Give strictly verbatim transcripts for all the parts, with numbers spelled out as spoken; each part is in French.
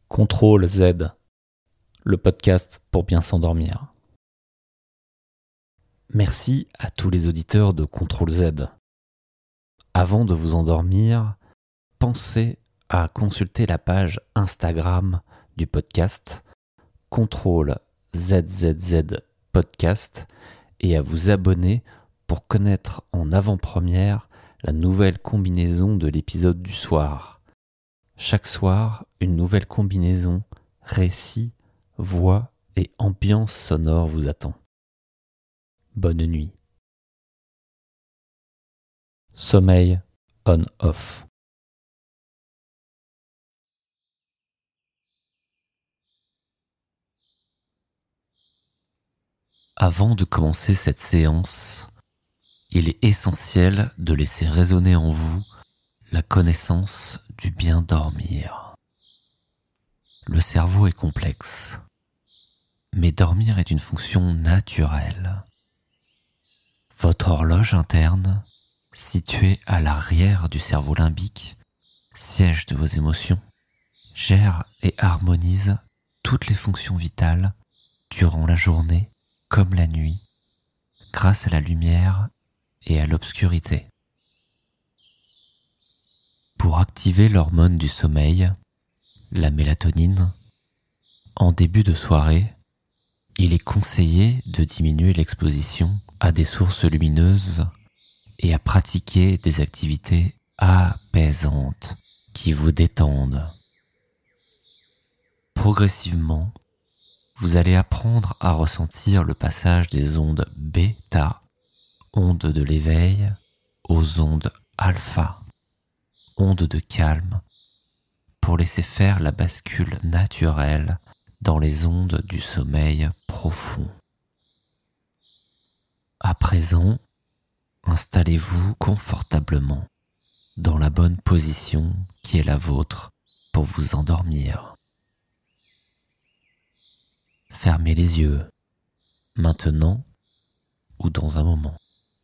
contrôle Z, le podcast pour bien s'endormir. Merci à tous les auditeurs de contrôle Z. Avant de vous endormir, pensez à consulter la page Instagram du podcast contrôle Z Z Z podcast et à vous abonner pour connaître en avant-première la nouvelle combinaison de l'épisode du soir. Chaque soir, une nouvelle combinaison, récit, voix et ambiance sonore vous attend. Bonne nuit. Sommeil on-off. Avant de commencer cette séance, il est essentiel de laisser résonner en vous la connaissance du bien dormir. Le cerveau est complexe, mais dormir est une fonction naturelle. Votre horloge interne, située à l'arrière du cerveau limbique, siège de vos émotions, gère et harmonise toutes les fonctions vitales durant la journée comme la nuit, grâce à la lumière et à l'obscurité. Pour activer l'hormone du sommeil, la mélatonine, en début de soirée, il est conseillé de diminuer l'exposition à des sources lumineuses et à pratiquer des activités apaisantes qui vous détendent. Progressivement, vous allez apprendre à ressentir le passage des ondes bêta, ondes de l'éveil, aux ondes alpha, ondes de calme, pour laisser faire la bascule naturelle dans les ondes du sommeil profond. À présent, installez-vous confortablement dans la bonne position qui est la vôtre pour vous endormir. Fermez les yeux, maintenant ou dans un moment.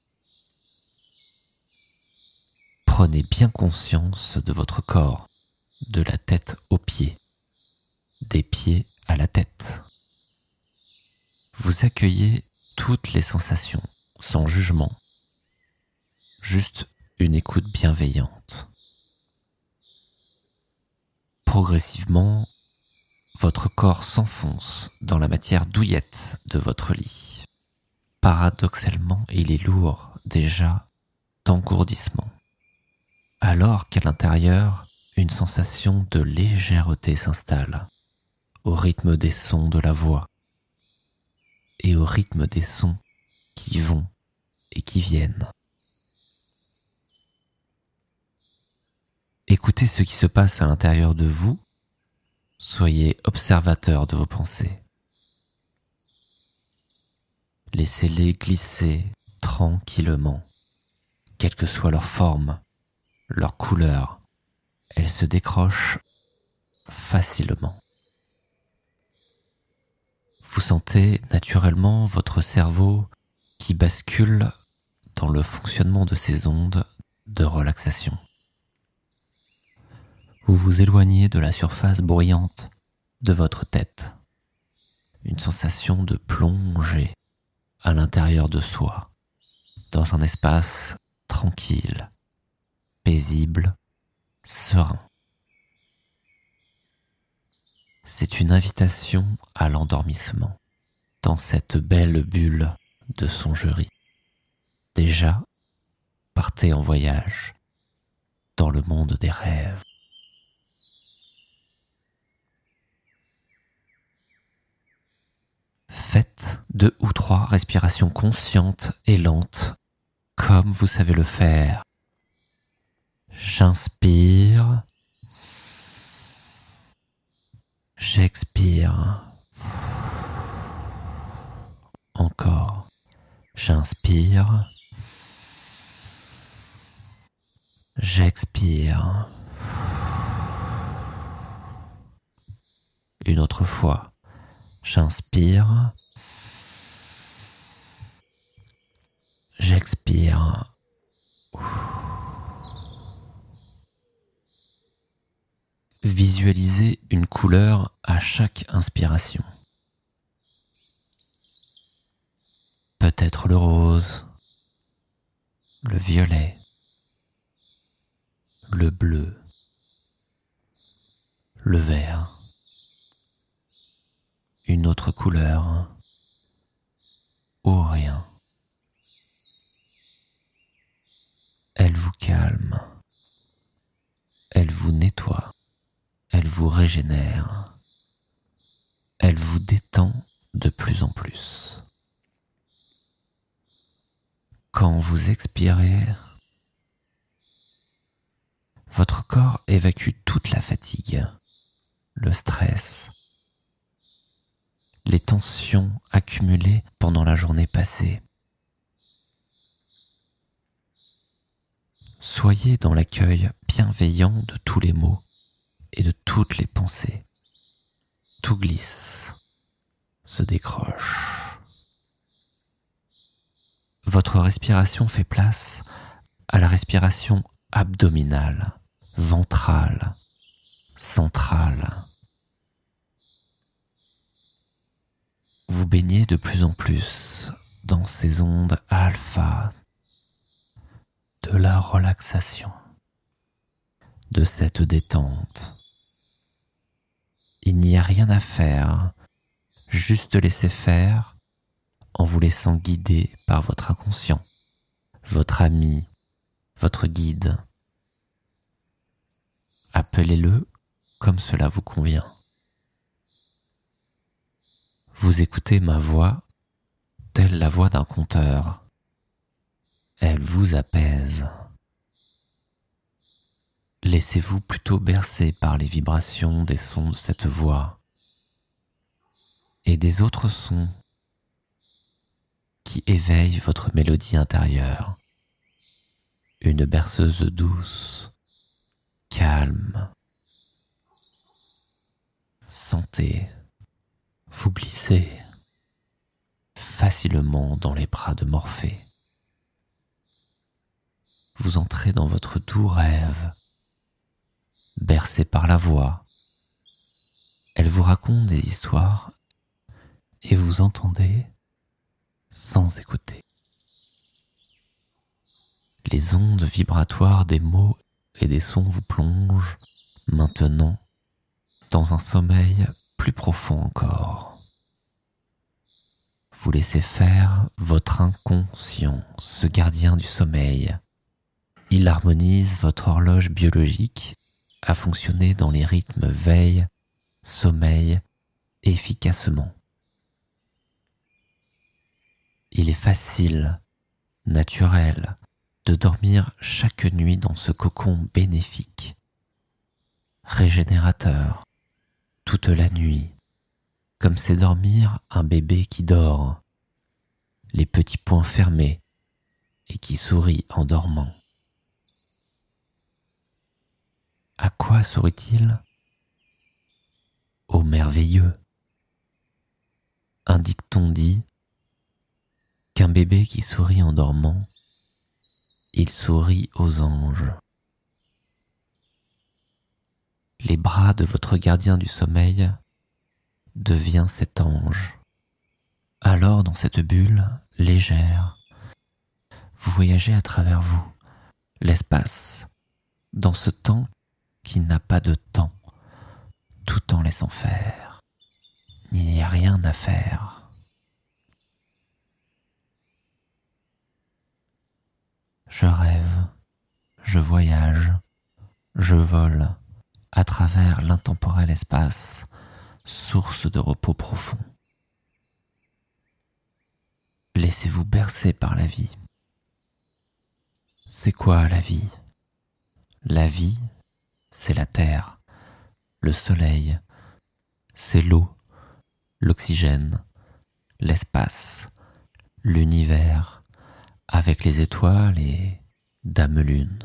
Prenez bien conscience de votre corps, de la tête aux pieds, des pieds à la tête. Vous accueillez toutes les sensations, sans jugement, juste une écoute bienveillante. Progressivement, votre corps s'enfonce dans la matière douillette de votre lit. Paradoxalement, il est lourd déjà d'engourdissement, alors qu'à l'intérieur, une sensation de légèreté s'installe, au rythme des sons de la voix et au rythme des sons qui vont et qui viennent. Écoutez ce qui se passe à l'intérieur de vous, soyez observateur de vos pensées. Laissez-les glisser tranquillement, quelle que soit leur forme, leur couleur, elles se décrochent facilement. Vous sentez naturellement votre cerveau qui bascule dans le fonctionnement de ces ondes de relaxation. Vous vous éloignez de la surface bruyante de votre tête. Une sensation de plonger à l'intérieur de soi, dans un espace tranquille, paisible, serein. C'est une invitation à l'endormissement, dans cette belle bulle de songerie. Déjà, partez en voyage, dans le monde des rêves. Faites deux ou trois respirations conscientes et lentes, comme vous savez le faire. J'inspire. J'expire. Encore. J'inspire. J'expire. Une autre fois. J'inspire. J'expire. Visualisez une couleur à chaque inspiration. Peut-être le rose, le violet, le bleu, le vert, une autre couleur ou rien. Elle vous calme, elle vous nettoie, elle vous régénère, elle vous détend de plus en plus. Quand vous expirez, votre corps évacue toute la fatigue, le stress, les tensions accumulées pendant la journée passée. Soyez dans l'accueil bienveillant de tous les mots et de toutes les pensées. Tout glisse, se décroche. Votre respiration fait place à la respiration abdominale, ventrale, centrale. Vous baignez de plus en plus dans ces ondes alpha de la relaxation, de cette détente. Il n'y a rien à faire, juste laisser faire en vous laissant guider par votre inconscient, votre ami, votre guide. Appelez-le comme cela vous convient. Vous écoutez ma voix telle la voix d'un conteur. Elle vous apaise. Laissez-vous plutôt bercer par les vibrations des sons de cette voix et des autres sons qui éveillent votre mélodie intérieure. Une berceuse douce, calme. Sentez, vous glissez facilement dans les bras de Morphée. Vous entrez dans votre doux rêve, bercé par la voix. Elle vous raconte des histoires et vous entendez sans écouter. Les ondes vibratoires des mots et des sons vous plongent maintenant dans un sommeil plus profond encore. Vous laissez faire votre inconscient, ce gardien du sommeil. Il harmonise votre horloge biologique à fonctionner dans les rythmes veille, sommeil efficacement. Il est facile, naturel, de dormir chaque nuit dans ce cocon bénéfique, régénérateur, toute la nuit, comme c'est dormir un bébé qui dort, les petits poings fermés et qui sourit en dormant. À quoi sourit-il ? Au merveilleux. Un dicton dit qu'un bébé qui sourit en dormant, il sourit aux anges. Les bras de votre gardien du sommeil devient cet ange. Alors, dans cette bulle légère, vous voyagez à travers vous, l'espace, dans ce temps qui n'a pas de temps, tout en laissant faire. Il n'y a rien à faire. Je rêve, je voyage, je vole à travers l'intemporel espace, source de repos profond. Laissez-vous bercer par la vie. C'est quoi la vie ? La vie, c'est la terre, le soleil, c'est l'eau, l'oxygène, l'espace, l'univers, avec les étoiles et Dame Lune.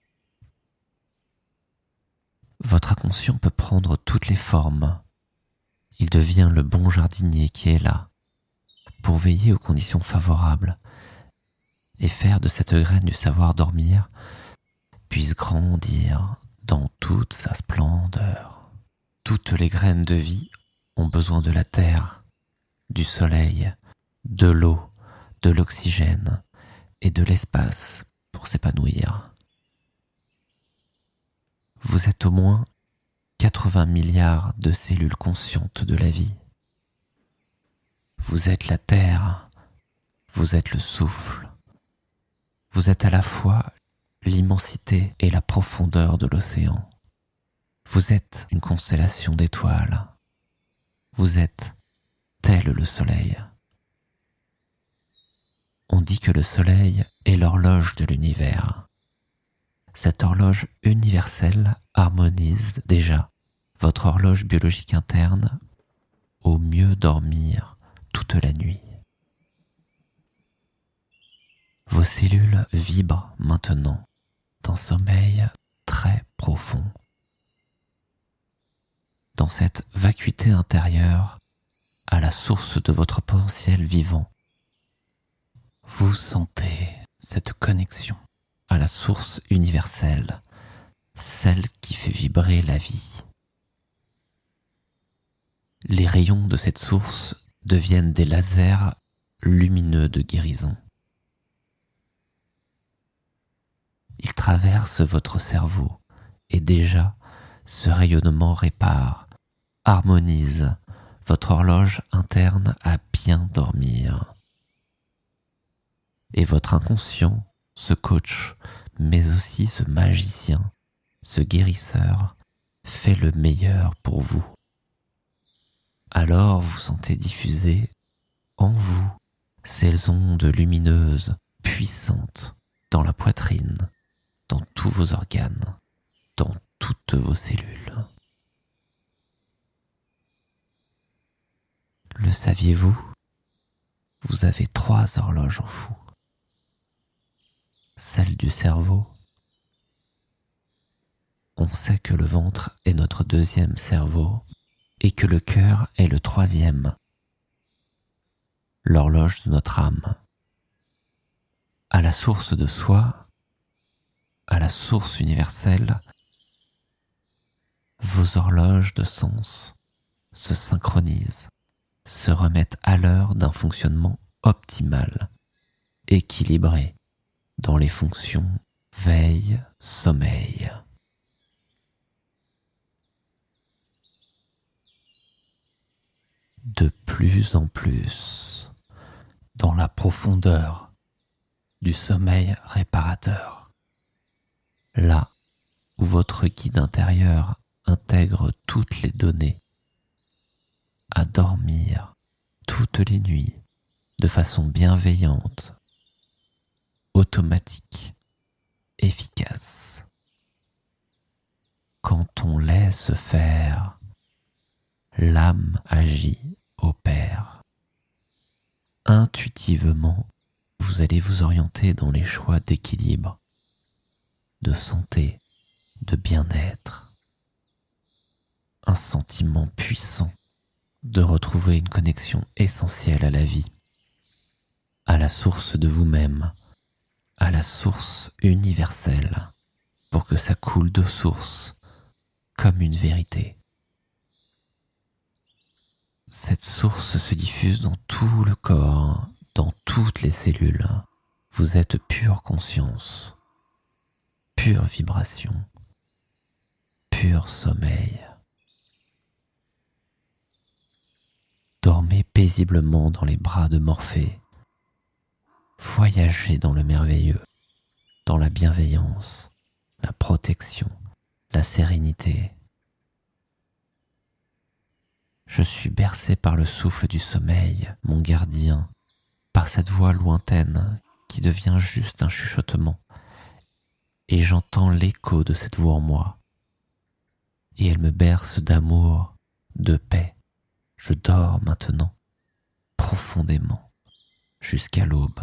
Votre inconscient peut prendre toutes les formes. Il devient le bon jardinier qui est là, pour veiller aux conditions favorables et faire de cette graine du savoir dormir puisse grandir dans toute sa splendeur. Toutes les graines de vie ont besoin de la terre, du soleil, de l'eau, de l'oxygène et de l'espace pour s'épanouir. Vous êtes au moins quatre-vingts milliards de cellules conscientes de la vie. Vous êtes la terre, vous êtes le souffle. Vous êtes à la fois l'immensité et la profondeur de l'océan. Vous êtes une constellation d'étoiles. Vous êtes tel le soleil. On dit que le soleil est l'horloge de l'univers. Cette horloge universelle harmonise déjà votre horloge biologique interne au mieux dormir toute la nuit. Vos cellules vibrent maintenant d'un sommeil très profond. Dans cette vacuité intérieure, à la source de votre potentiel vivant, vous sentez cette connexion à la source universelle, celle qui fait vibrer la vie. Les rayons de cette source deviennent des lasers lumineux de guérison. Ils traversent votre cerveau et déjà ce rayonnement répare, harmonise votre horloge interne à bien dormir. Et votre inconscient, ce coach, mais aussi ce magicien, ce guérisseur, fait le meilleur pour vous. Alors vous sentez diffuser en vous ces ondes lumineuses, puissantes, dans la poitrine, dans tous vos organes, dans toutes vos cellules. Le saviez-vous? Vous avez trois horloges en vous. Celle du cerveau. On sait que le ventre est notre deuxième cerveau et que le cœur est le troisième. L'horloge de notre âme. À la source de soi, à la source universelle, vos horloges de sens se synchronisent, se remettent à l'heure d'un fonctionnement optimal, équilibré dans les fonctions veille, sommeil. De plus en plus, dans la profondeur du sommeil réparateur, là où votre guide intérieur intègre toutes les données, à dormir toutes les nuits de façon bienveillante, automatique, efficace. Quand on laisse faire, l'âme agit, opère. Intuitivement, vous allez vous orienter dans les choix d'équilibre, de santé, de bien-être. Un sentiment puissant de retrouver une connexion essentielle à la vie, à la source de vous-même, à la source universelle, pour que ça coule de source, comme une vérité. Cette source se diffuse dans tout le corps, dans toutes les cellules. Vous êtes pure conscience, pure vibration, pur sommeil. Dormez paisiblement dans les bras de Morphée. Voyagez dans le merveilleux, dans la bienveillance, la protection, la sérénité. Je suis bercé par le souffle du sommeil, mon gardien, par cette voix lointaine qui devient juste un chuchotement, et j'entends l'écho de cette voix en moi, et elle me berce d'amour, de paix. Je dors maintenant, profondément, jusqu'à l'aube.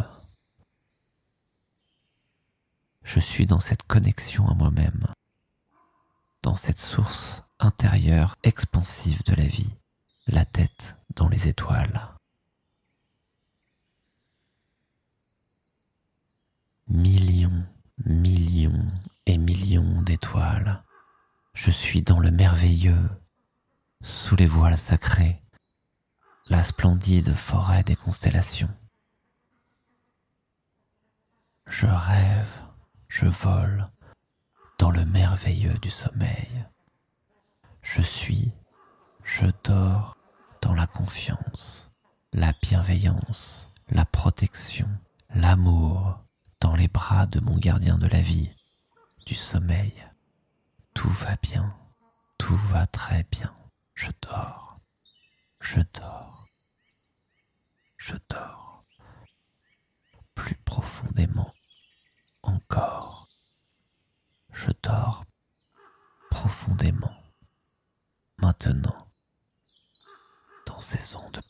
Je suis dans cette connexion à moi-même, dans cette source intérieure expansive de la vie, la tête dans les étoiles. Millions, millions et millions d'étoiles. Je suis dans le merveilleux, sous les voiles sacrés, la splendide forêt des constellations. Je rêve, je vole dans le merveilleux du sommeil. Je suis, je dors dans la confiance, la bienveillance, la protection, l'amour, dans les bras de mon gardien de la vie, du sommeil. Tout va bien, tout va très bien. Je dors, je dors, je dors. Plus profondément encore. Je dors profondément. Maintenant, dans ces ondes